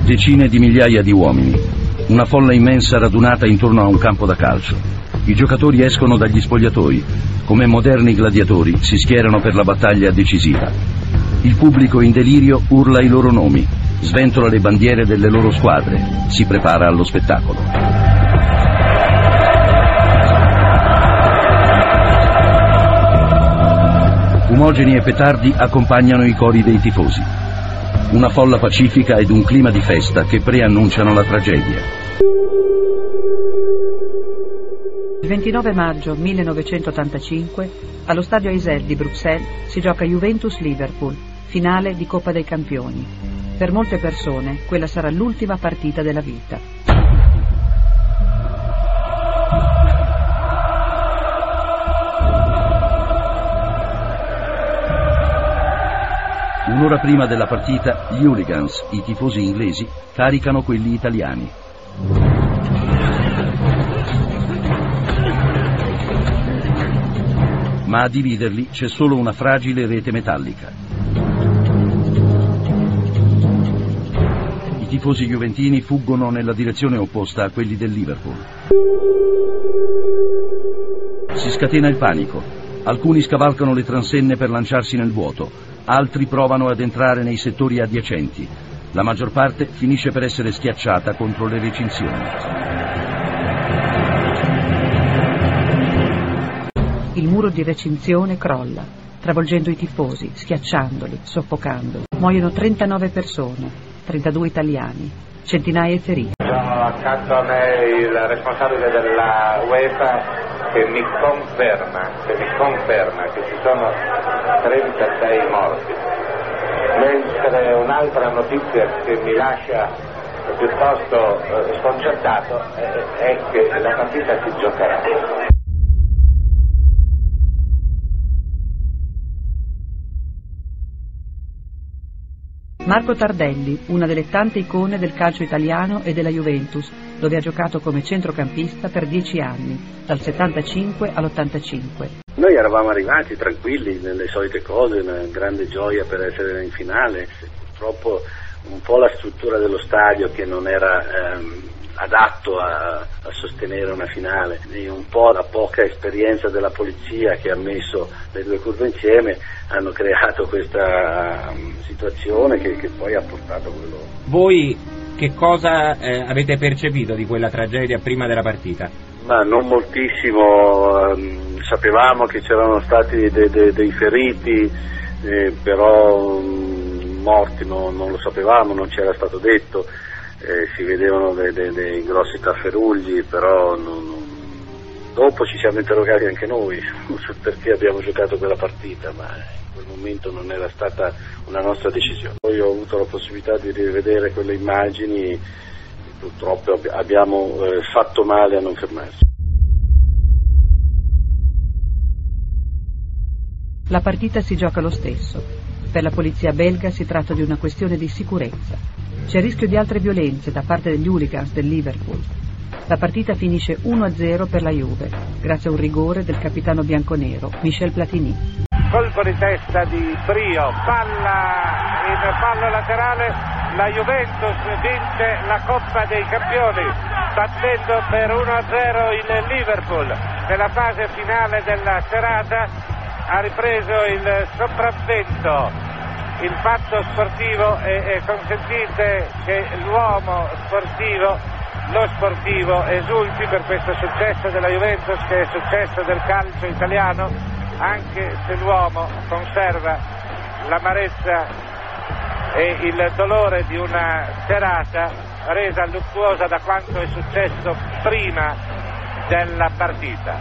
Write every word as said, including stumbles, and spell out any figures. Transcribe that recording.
Decine di migliaia di uomini, una folla immensa radunata intorno a un campo da calcio. I giocatori escono dagli spogliatoi, come moderni gladiatori si schierano per la battaglia decisiva. Il pubblico in delirio urla i loro nomi, sventola le bandiere delle loro squadre, si prepara allo spettacolo. Fumogeni e petardi accompagnano i cori dei tifosi. Una folla pacifica ed un clima di festa che preannunciano la tragedia. Il ventinove maggio millenovecentottantacinque, allo stadio Heysel di Bruxelles, si gioca Juventus-Liverpool, finale di Coppa dei Campioni. Per molte persone quella sarà l'ultima partita della vita. Un'ora prima della partita, gli hooligans, i tifosi inglesi, caricano quelli italiani. Ma a dividerli c'è solo una fragile rete metallica. I tifosi juventini fuggono nella direzione opposta a quelli del Liverpool. Si scatena il panico. Alcuni scavalcano le transenne per lanciarsi nel vuoto, altri provano ad entrare nei settori adiacenti. La maggior parte finisce per essere schiacciata contro le recinzioni. Il muro di recinzione crolla, travolgendo i tifosi, schiacciandoli, soffocando. Muoiono trentanove persone, trentadue italiani, centinaia feriti. Sono accanto a me il responsabile della UEFA che mi conferma, che mi conferma che ci sono trentasei morti. Mentre un'altra notizia che mi lascia piuttosto eh, sconcertato è, è che la partita si giocherà. Marco Tardelli, una delle tante icone del calcio italiano e della Juventus, dove ha giocato come centrocampista per dieci anni, dal settantacinque all'ottantacinque. Noi eravamo arrivati tranquilli nelle solite cose, una grande gioia per essere in finale. Purtroppo un po' la struttura dello stadio che non era ehm, adatto a, a sostenere una finale, e un po' la poca esperienza della polizia che ha messo le due curve insieme hanno creato questa um, situazione che, che poi ha portato a quello. Voi che cosa eh, avete percepito di quella tragedia prima della partita? Ma non moltissimo, um, sapevamo che c'erano stati de, de, dei feriti, eh, però um, morti no, non lo sapevamo, non ci era stato detto, eh, si vedevano dei, dei, dei grossi tafferugli, però non, non... dopo ci siamo interrogati anche noi sul perché abbiamo giocato quella partita, ma in quel momento non era stata una nostra decisione. Poi ho avuto la possibilità di rivedere quelle immagini e purtroppo abbiamo eh, fatto male a non fermarci. La partita si gioca lo stesso. Per la polizia belga si tratta di una questione di sicurezza. C'è rischio di altre violenze da parte degli hooligans del Liverpool. La partita finisce uno a zero per la Juve, grazie a un rigore del capitano bianconero Michel Platini. Colpo di testa di Brio, palla in fallo laterale, la Juventus vince la Coppa dei Campioni, battendo per uno a zero il Liverpool. Nella fase finale della serata ha ripreso il sopravvento il fatto sportivo e, e consentite che l'uomo sportivo, lo sportivo esulti per questo successo della Juventus, che è il successo del calcio italiano, anche se l'uomo conserva l'amarezza e il dolore di una serata resa luttuosa da quanto è successo prima della partita.